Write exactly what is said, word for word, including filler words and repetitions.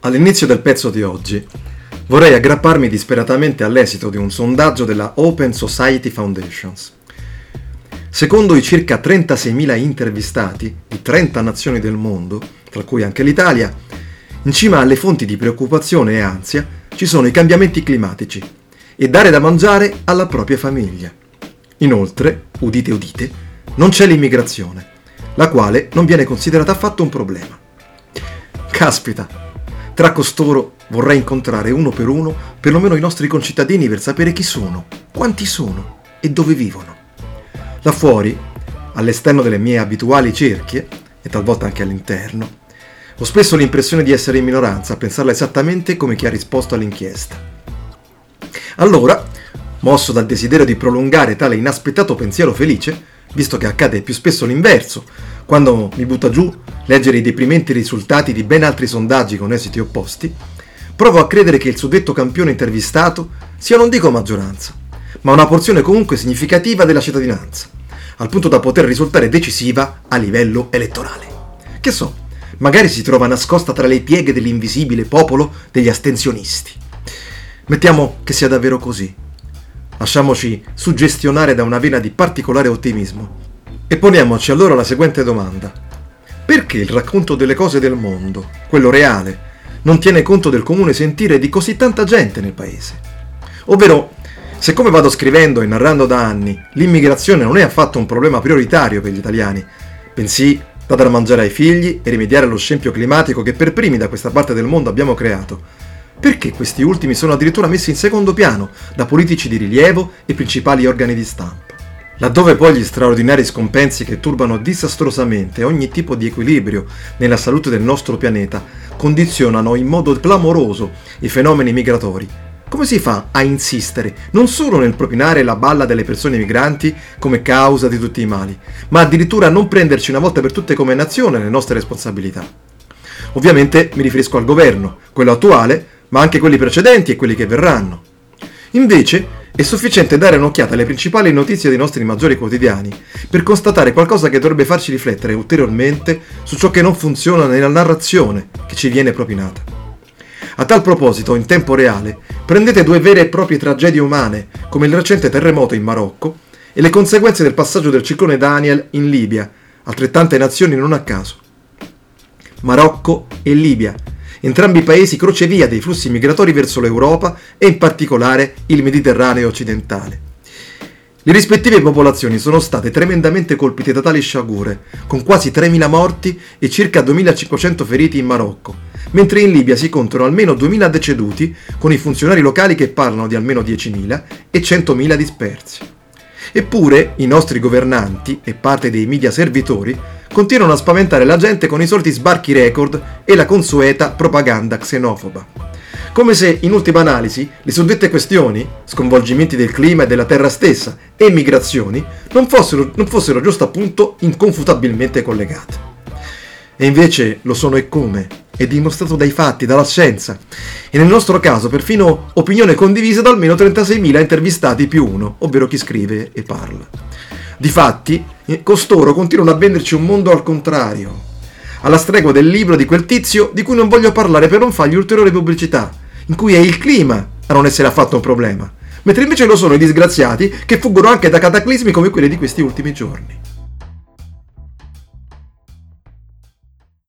All'inizio del pezzo di oggi vorrei aggrapparmi disperatamente all'esito di un sondaggio della Open Society Foundations. Secondo i circa trentaseimila intervistati di trenta nazioni del mondo, tra cui anche l'Italia, in cima alle fonti di preoccupazione e ansia ci sono i cambiamenti climatici e dare da mangiare alla propria famiglia. Inoltre, udite udite, non c'è l'immigrazione, la quale non viene considerata affatto un problema. Caspita! Tra costoro vorrei incontrare uno per uno perlomeno i nostri concittadini per sapere chi sono, quanti sono e dove vivono. Là fuori, all'esterno delle mie abituali cerchie, e talvolta anche all'interno, ho spesso l'impressione di essere in minoranza a pensarla esattamente come chi ha risposto all'inchiesta. Allora, mosso dal desiderio di prolungare tale inaspettato pensiero felice, visto che accade più spesso l'inverso, quando mi butta giù leggere i deprimenti risultati di ben altri sondaggi con esiti opposti, provo a credere che il suddetto campione intervistato sia non dico maggioranza, ma una porzione comunque significativa della cittadinanza, al punto da poter risultare decisiva a livello elettorale. Che so, magari si trova nascosta tra le pieghe dell'invisibile popolo degli astensionisti. Mettiamo che sia davvero così. Lasciamoci suggestionare da una vena di particolare ottimismo e poniamoci allora la seguente domanda. Perché il racconto delle cose del mondo, quello reale, non tiene conto del comune sentire di così tanta gente nel paese? Ovvero, se come vado scrivendo e narrando da anni, l'immigrazione non è affatto un problema prioritario per gli italiani, bensì da dar mangiare ai figli e rimediare allo scempio climatico che per primi da questa parte del mondo abbiamo creato, perché questi ultimi sono addirittura messi in secondo piano da politici di rilievo e principali organi di stampa? Laddove poi gli straordinari scompensi che turbano disastrosamente ogni tipo di equilibrio nella salute del nostro pianeta condizionano in modo clamoroso i fenomeni migratori, come si fa a insistere non solo nel propinare la balla delle persone migranti come causa di tutti i mali, ma addirittura a non prenderci una volta per tutte come nazione le nostre responsabilità? Ovviamente mi riferisco al governo, quello attuale, ma anche quelli precedenti e quelli che verranno. Invece è sufficiente dare un'occhiata alle principali notizie dei nostri maggiori quotidiani per constatare qualcosa che dovrebbe farci riflettere ulteriormente su ciò che non funziona nella narrazione che ci viene propinata. A tal proposito, in tempo reale, prendete due vere e proprie tragedie umane, come il recente terremoto in Marocco e le conseguenze del passaggio del ciclone Daniel in Libia, altrettante nazioni non a caso. Marocco e Libia, entrambi paesi crocevia dei flussi migratori verso l'Europa e in particolare il Mediterraneo occidentale. Le rispettive popolazioni sono state tremendamente colpite da tali sciagure, con quasi tremila morti e circa duemilacinquecento feriti in Marocco, mentre in Libia si contano almeno duemila deceduti, con i funzionari locali che parlano di almeno diecimila e centomila dispersi. Eppure i nostri governanti e parte dei media servitori continuano a spaventare la gente con i soliti sbarchi record e la consueta propaganda xenofoba. Come se, in ultima analisi, le suddette questioni, sconvolgimenti del clima e della terra stessa e migrazioni, non fossero, non fossero giusto appunto inconfutabilmente collegate. E invece lo sono e come, è dimostrato dai fatti, dalla scienza, e nel nostro caso perfino opinione condivisa da almeno trentaseimila intervistati più uno, ovvero chi scrive e parla. Difatti, costoro continuano a venderci un mondo al contrario, alla stregua del libro di quel tizio di cui non voglio parlare per non fargli ulteriore pubblicità, in cui è il clima a non essere affatto un problema, mentre invece lo sono i disgraziati che fuggono anche da cataclismi come quelli di questi ultimi giorni.